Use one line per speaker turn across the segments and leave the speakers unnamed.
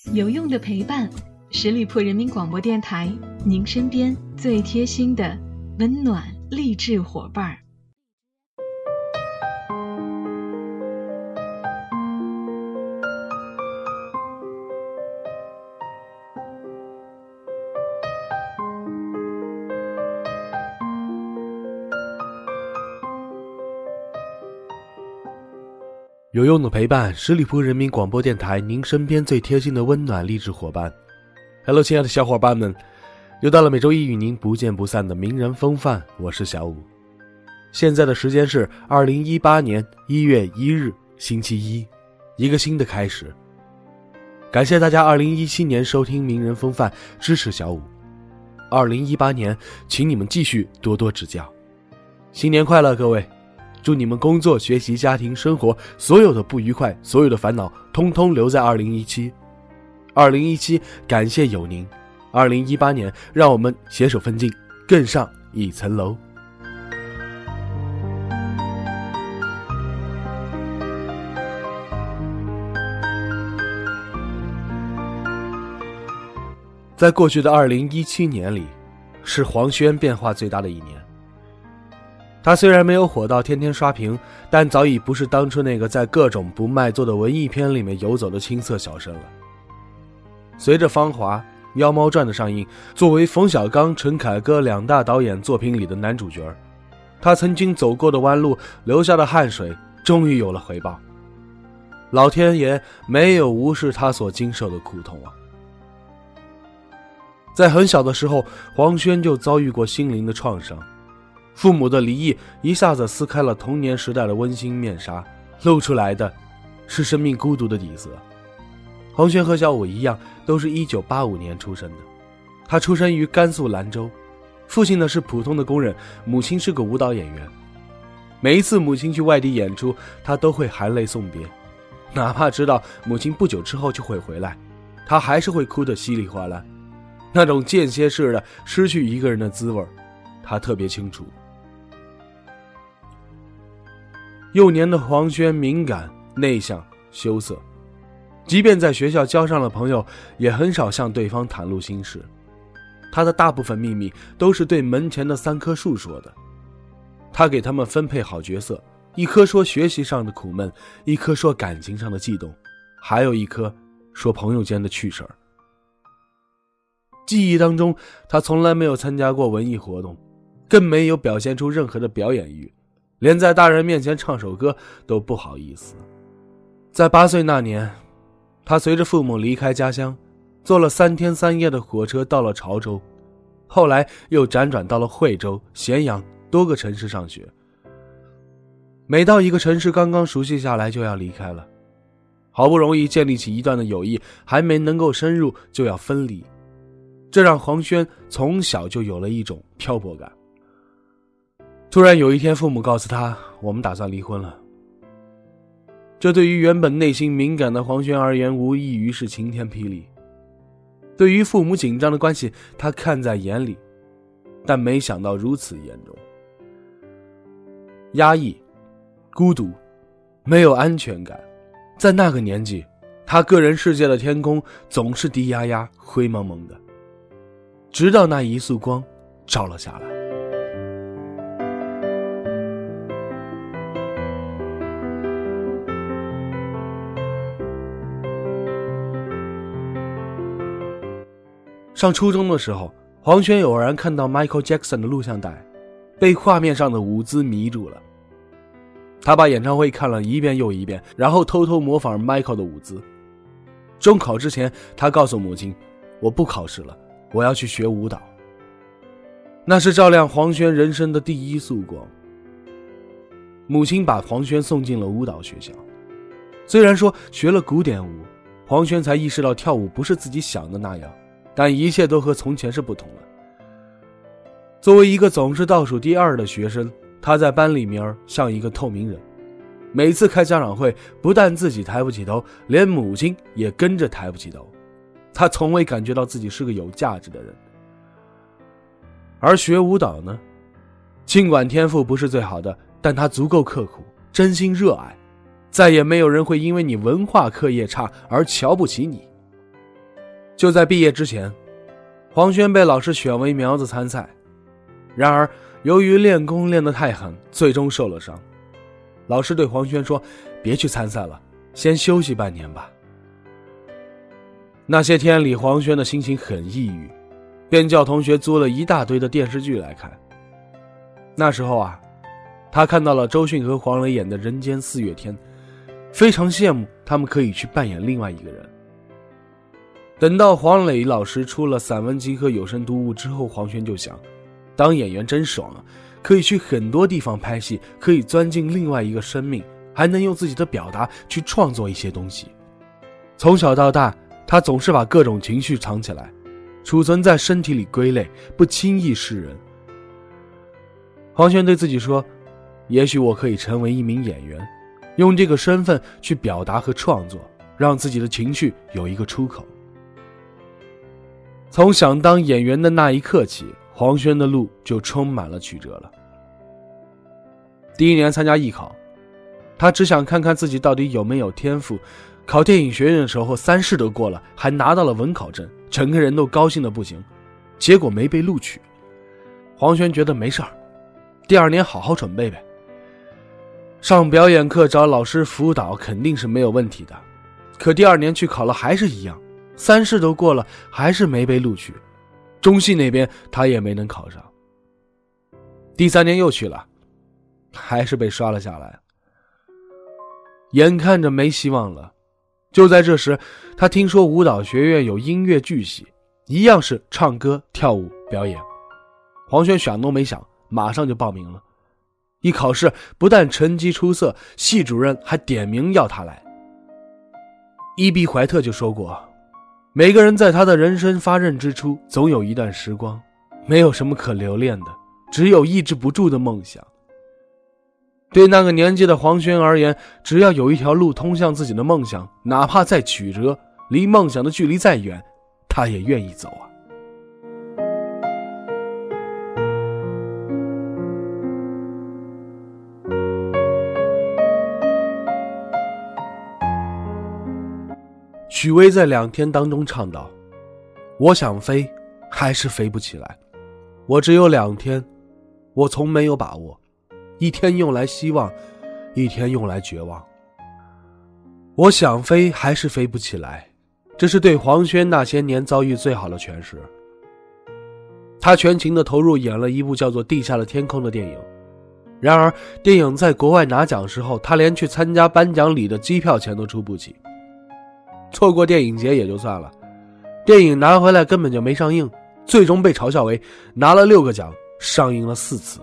有用的陪伴，十里铺人民广播电台，您身边最贴心的温暖励志伙伴。
有用的陪伴，十里铺人民广播电台，您身边最贴心的温暖励志伙伴。Hello， 亲爱的小伙伴们，又到了每周一与您不见不散的名人风范，我是小武。现在的时间是2018年1月1日星期一，一个新的开始。感谢大家2017年收听名人风范，支持小武。2018年，请你们继续多多指教。新年快乐，各位！祝你们工作、学习、家庭、生活，所有的不愉快，所有的烦恼，通通留在2017。2017，感谢有您。2018年，让我们携手奋进，更上一层楼。在过去的2017年里，是黄轩变化最大的一年。他虽然没有火到天天刷屏，但早已不是当初那个在各种不卖座的文艺片里面游走的青涩小生了。随着《芳华》《妖猫传》的上映，作为冯小刚、陈凯歌两大导演作品里的男主角，他曾经走过的弯路，流下的汗水，终于有了回报。老天爷没有无视他所经受的苦痛啊！在很小的时候，黄轩就遭遇过心灵的创伤。父母的离异一下子撕开了童年时代的温馨面纱，露出来的是生命孤独的底色。黄轩和小武一样，都是1985年出生的。他出生于甘肃兰州，父亲呢是普通的工人，母亲是个舞蹈演员。每一次母亲去外地演出，他都会含泪送别，哪怕知道母亲不久之后就会回来，他还是会哭得稀里哗啦。那种间歇式的失去一个人的滋味，他特别清楚。幼年的黄轩敏感、内向、羞涩，即便在学校交上了朋友，也很少向对方袒露心事。他的大部分秘密都是对门前的3棵树说的。他给他们分配好角色，一棵说学习上的苦闷，一棵说感情上的悸动，还有一棵说朋友间的趣事儿。记忆当中，他从来没有参加过文艺活动，更没有表现出任何的表演欲，连在大人面前唱首歌都不好意思。在8岁那年，他随着父母离开家乡，坐了3天3夜的火车到了潮州，后来又辗转到了惠州、咸阳多个城市上学。每到一个城市刚刚熟悉下来就要离开了，好不容易建立起一段的友谊，还没能够深入就要分离，这让黄轩从小就有了一种漂泊感。突然有一天，父母告诉他，我们打算离婚了。这对于原本内心敏感的黄轩而言，无异于是晴天霹雳。对于父母紧张的关系，他看在眼里，但没想到如此严重。压抑、孤独、没有安全感，在那个年纪，他个人世界的天空总是低压压、灰蒙蒙的，直到那一束光照了下来。上初中的时候，黄轩偶然看到 Michael Jackson 的录像带，被画面上的舞姿迷住了。他把演唱会看了一遍又一遍，然后偷偷模仿 Michael 的舞姿。中考之前，他告诉母亲，我不考试了，我要去学舞蹈。那是照亮黄轩人生的第一束光。母亲把黄轩送进了舞蹈学校。虽然说学了古典舞，黄轩才意识到跳舞不是自己想的那样，但一切都和从前是不同了。作为一个总是倒数第2的学生，他在班里面像一个透明人。每次开家长会，不但自己抬不起头，连母亲也跟着抬不起头。他从未感觉到自己是个有价值的人。而学舞蹈呢，尽管天赋不是最好的，但他足够刻苦，真心热爱，再也没有人会因为你文化课业差而瞧不起你。 就在毕业之前，黄轩被老师选为苗子参赛，然而由于练功练得太狠，最终受了伤。老师对黄轩说，别去参赛了，先休息半年吧。那些天里，黄轩的心情很抑郁，便叫同学租了一大堆的电视剧来看。那时候啊，他看到了周迅和黄磊演的《人间四月天》，非常羡慕他们可以去扮演另外一个人。等到黄磊老师出了散文集和有声读物之后，黄轩就想，当演员真爽啊，可以去很多地方拍戏，可以钻进另外一个生命，还能用自己的表达去创作一些东西。从小到大，他总是把各种情绪藏起来，储存在身体里归类，不轻易示人。黄轩对自己说，也许我可以成为一名演员，用这个身份去表达和创作，让自己的情绪有一个出口。从想当演员的那一刻起，黄轩的路就充满了曲折了。第一年参加艺考，他只想看看自己到底有没有天赋。考电影学院的时候，3试都过了，还拿到了文考证，整个人都高兴得不行。结果没被录取。黄轩觉得没事儿，第2年好好准备呗。上表演课找老师辅导肯定是没有问题的，可第2年去考了还是一样，3试都过了，还是没被录取。中戏那边他也没能考上。第3年又去了，还是被刷了下来。眼看着没希望了，就在这时，他听说舞蹈学院有音乐剧系，一样是唱歌、跳舞、表演。黄轩想都没想，马上就报名了。一考试，不但成绩出色，系主任还点名要他来。伊比怀特就说过，每个人在他的人生发轫之初，总有一段时光，没有什么可留恋的，只有抑制不住的梦想。对那个年纪的黄轩而言，只要有一条路通向自己的梦想，哪怕再曲折，离梦想的距离再远，他也愿意走啊。许巍在2天当中唱道，我想飞，还是飞不起来。我只有2天，我从没有把握。1天用来希望，1天用来绝望。我想飞，还是飞不起来，这是对黄轩那些年遭遇最好的诠释。他全情地投入演了一部叫做《地下的天空》的电影，然而电影在国外拿奖时候，他连去参加颁奖礼的机票钱都出不起。错过电影节也就算了，电影拿回来根本就没上映，最终被嘲笑为拿了6个奖，上映了4次。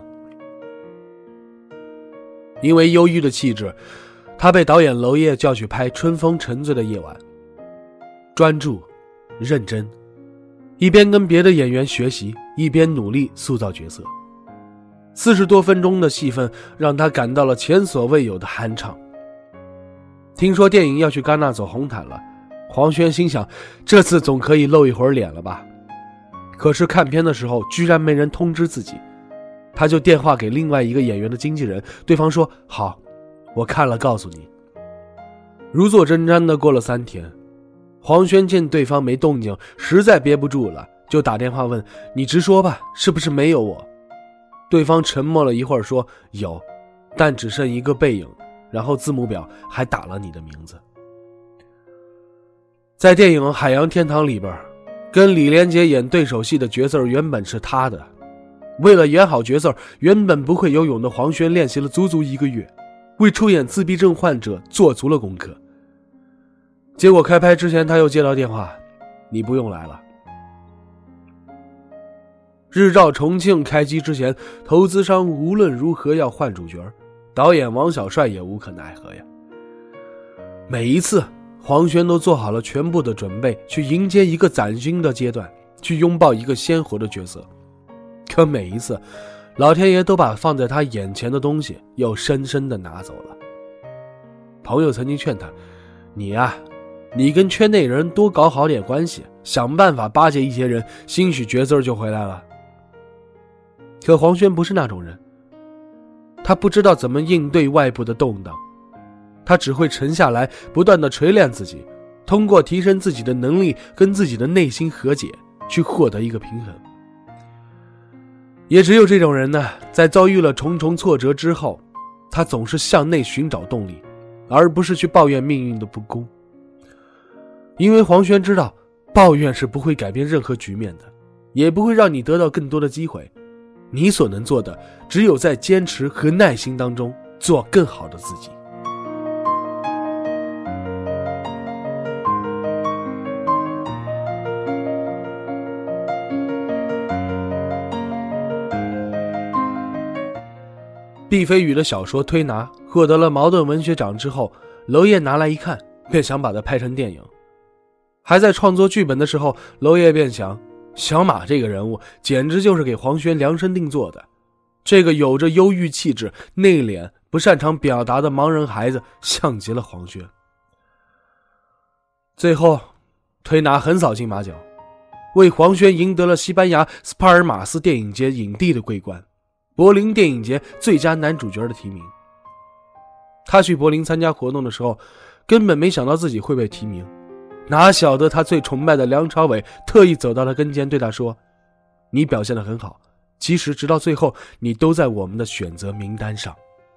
因为忧郁的气质，他被导演娄烨叫去拍《春风沉醉的夜晚》，专注认真，一边跟别的演员学习，一边努力塑造角色。40多分钟的戏份让他感到了前所未有的酣畅。听说电影要去戛纳走红毯了，黄轩心想，这次总可以露一会儿脸了吧。可是看片的时候居然没人通知自己，他就电话给另外一个演员的经纪人，对方说好，我看了告诉你。如坐针毡的过了3天，黄轩见对方没动静，实在憋不住了，就打电话问，你直说吧，是不是没有我？对方沉默了一会儿说，有，但只剩一个背影，然后字母表还打了你的名字。在电影《海洋天堂》里边，跟李连杰演对手戏的角色原本是他的，为了演好角色，原本不会游泳的黄轩练习了足足1个月，为出演自闭症患者做足了功课。结果开拍之前他又接到电话，你不用来了。日照重庆开机之前，投资商无论如何要换主角，导演王小帅也无可奈何呀。每一次黄轩都做好了全部的准备，去迎接一个崭新的阶段，去拥抱一个鲜活的角色。可每一次老天爷都把放在他眼前的东西又深深地拿走了。朋友曾经劝他，你跟圈内人多搞好点关系，想办法巴结一些人，兴许角色就回来了。可黄轩不是那种人，他不知道怎么应对外部的动荡，他只会沉下来，不断地锤炼自己， 通过提升自己的能力跟自己的内心和解，去获得一个平衡。也只有这种人呢，在遭遇了重重挫折之后，他总是向内寻找动力，而不是去抱怨命运的不公。因为黄轩知道，抱怨是不会改变任何局面的，也不会让你得到更多的机会。你所能做的，只有在坚持和耐心当中做更好的自己。毕飞宇的小说《推拿》获得了茅盾文学奖之后，娄烨拿来一看，便想把它拍成电影。还在创作剧本的时候，娄烨便想，小马这个人物简直就是给黄轩量身定做的。这个有着忧郁气质、内敛、不擅长表达的盲人孩子，像极了黄轩。最后，推拿横扫金马奖，为黄轩赢得了西班牙斯帕尔马斯电影节影帝的桂冠，柏林电影节最佳男主角的提名。他去柏林参加活动的时候，根本没想到自己会被提名，哪晓得他最崇拜的梁朝伟特意走到他跟前对他说，你表现得很好，其实直到最后你都在我们的选择名单上。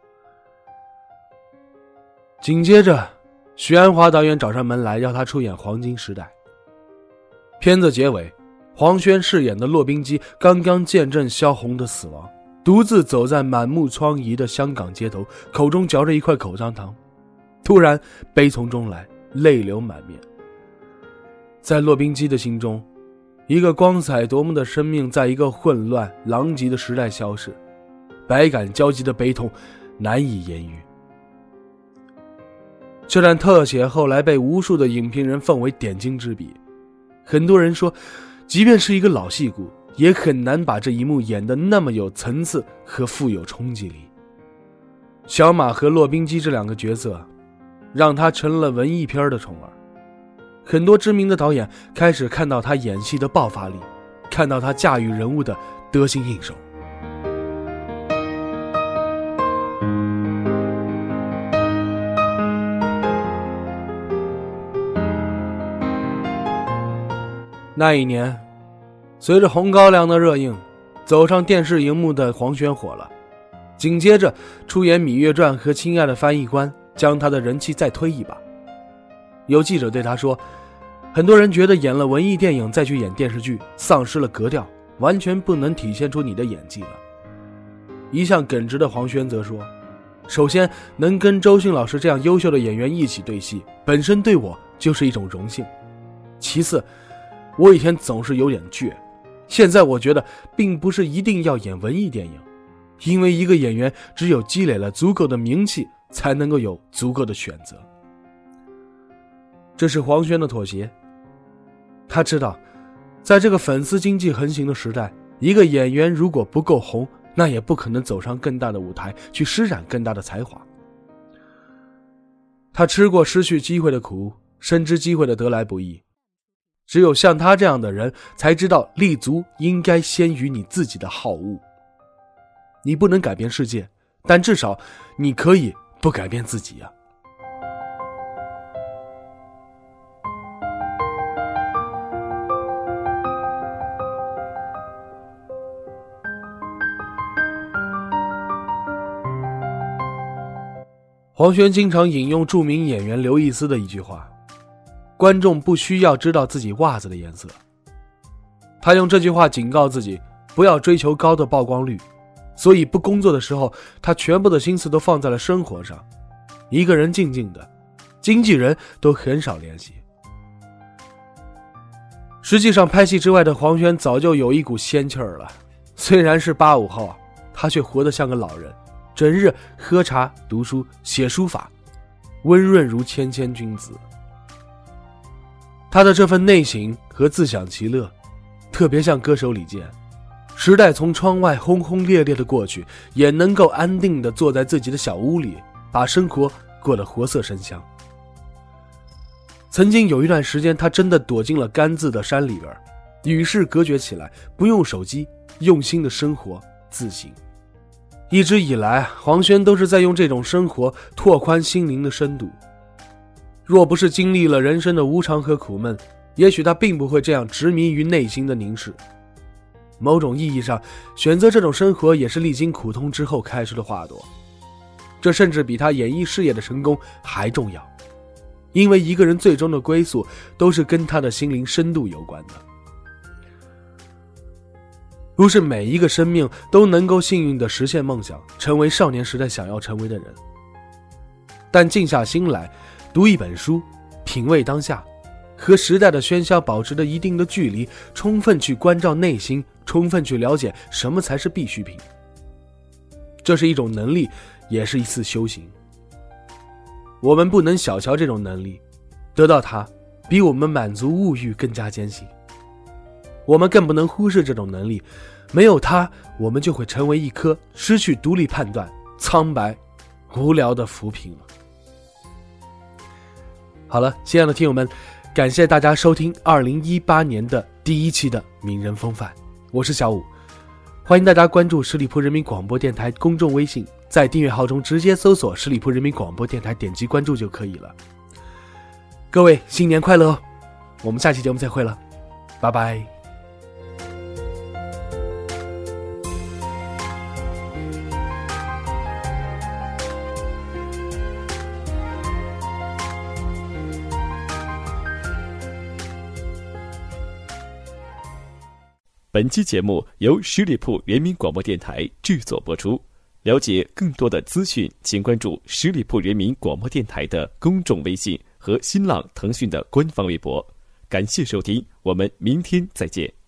紧接着，徐安华导演找上门来要他出演《黄金时代》。片子结尾，黄轩饰演的骆宾基刚刚见证萧红的死亡，独自走在满目疮痍的香港街头，口中嚼着一块口香糖，突然悲从中来，泪流满面。在骆宾基的心中，一个光彩夺目的生命在一个混乱狼藉的时代消逝，百感交集的悲痛难以言喻。这段特写后来被无数的影评人奉为点睛之笔，很多人说，即便是一个老戏骨，也很难把这一幕演得那么有层次和富有冲击力。小马和骆宾基这两个角色，让他成了文艺片的宠儿。很多知名的导演开始看到他演戏的爆发力，看到他驾驭人物的得心应手。那一年，随着《红高粱》的热映，走上电视荧幕的黄轩火了。紧接着出演《芈月传》和《亲爱的翻译官》，将他的人气再推一把。有记者对他说，很多人觉得演了文艺电影再去演电视剧，丧失了格调，完全不能体现出你的演技了。一向耿直的黄轩则说，首先能跟周迅老师这样优秀的演员一起对戏，本身对我就是一种荣幸。其次，我以前总是有点倔，现在我觉得并不是一定要演文艺电影，因为一个演员只有积累了足够的名气，才能够有足够的选择。这是黄轩的妥协。他知道，在这个粉丝经济横行的时代，一个演员如果不够红，那也不可能走上更大的舞台去施展更大的才华。他吃过失去机会的苦，深知机会的得来不易。只有像他这样的人，才知道立足应该先于你自己的好恶。你不能改变世界，但至少你可以不改变自己啊。黄轩经常引用著名演员刘易斯的一句话，观众不需要知道自己袜子的颜色。他用这句话警告自己，不要追求高的曝光率，所以不工作的时候，他全部的心思都放在了生活上。一个人静静的，经纪人都很少联系。实际上拍戏之外的黄轩早就有一股仙气儿了，虽然是85后，他却活得像个老人，整日喝茶读书写书法，温润如谦谦君子。他的这份内省和自享其乐，特别像歌手李健，时代从窗外轰轰烈烈的过去，也能够安定地坐在自己的小屋里，把生活过得活色生香。曾经有一段时间，他真的躲进了甘孜的山里边，与世隔绝起来，不用手机，用心的生活自省。一直以来，黄轩都是在用这种生活拓宽心灵的深度。 若不是经历了人生的无常和苦闷，也许他并不会这样执迷于内心的凝视。某种意义上，选择这种生活也是历经苦痛之后开出的花朵，这甚至比他演艺事业的成功还重要，因为一个人最终的归宿都是跟他的心灵深度有关的。不是每一个生命都能够幸运地实现梦想，成为少年时代想要成为的人，但静下心来读一本书，品味当下，和时代的喧嚣保持着一定的距离，充分去关照内心，充分去了解什么才是必需品，这是一种能力，也是一次修行。我们不能小瞧这种能力，得到它比我们满足物欲更加艰辛。我们更不能忽视这种能力，没有它，我们就会成为一颗失去独立判断、苍白、无聊的浮萍了。好了，亲爱的听友们，感谢大家收听2018年的第1期的名人风范，我是小武，欢迎大家关注十里铺人民广播电台公众微信，在订阅号中直接搜索十里铺人民广播电台，点击关注就可以了。各位新年快乐哦，我们下期节目再会了，拜拜。
本期节目由十里铺人民广播电台制作播出。了解更多的资讯，请关注十里铺人民广播电台的公众微信和新浪、腾讯的官方微博。感谢收听，我们明天再见。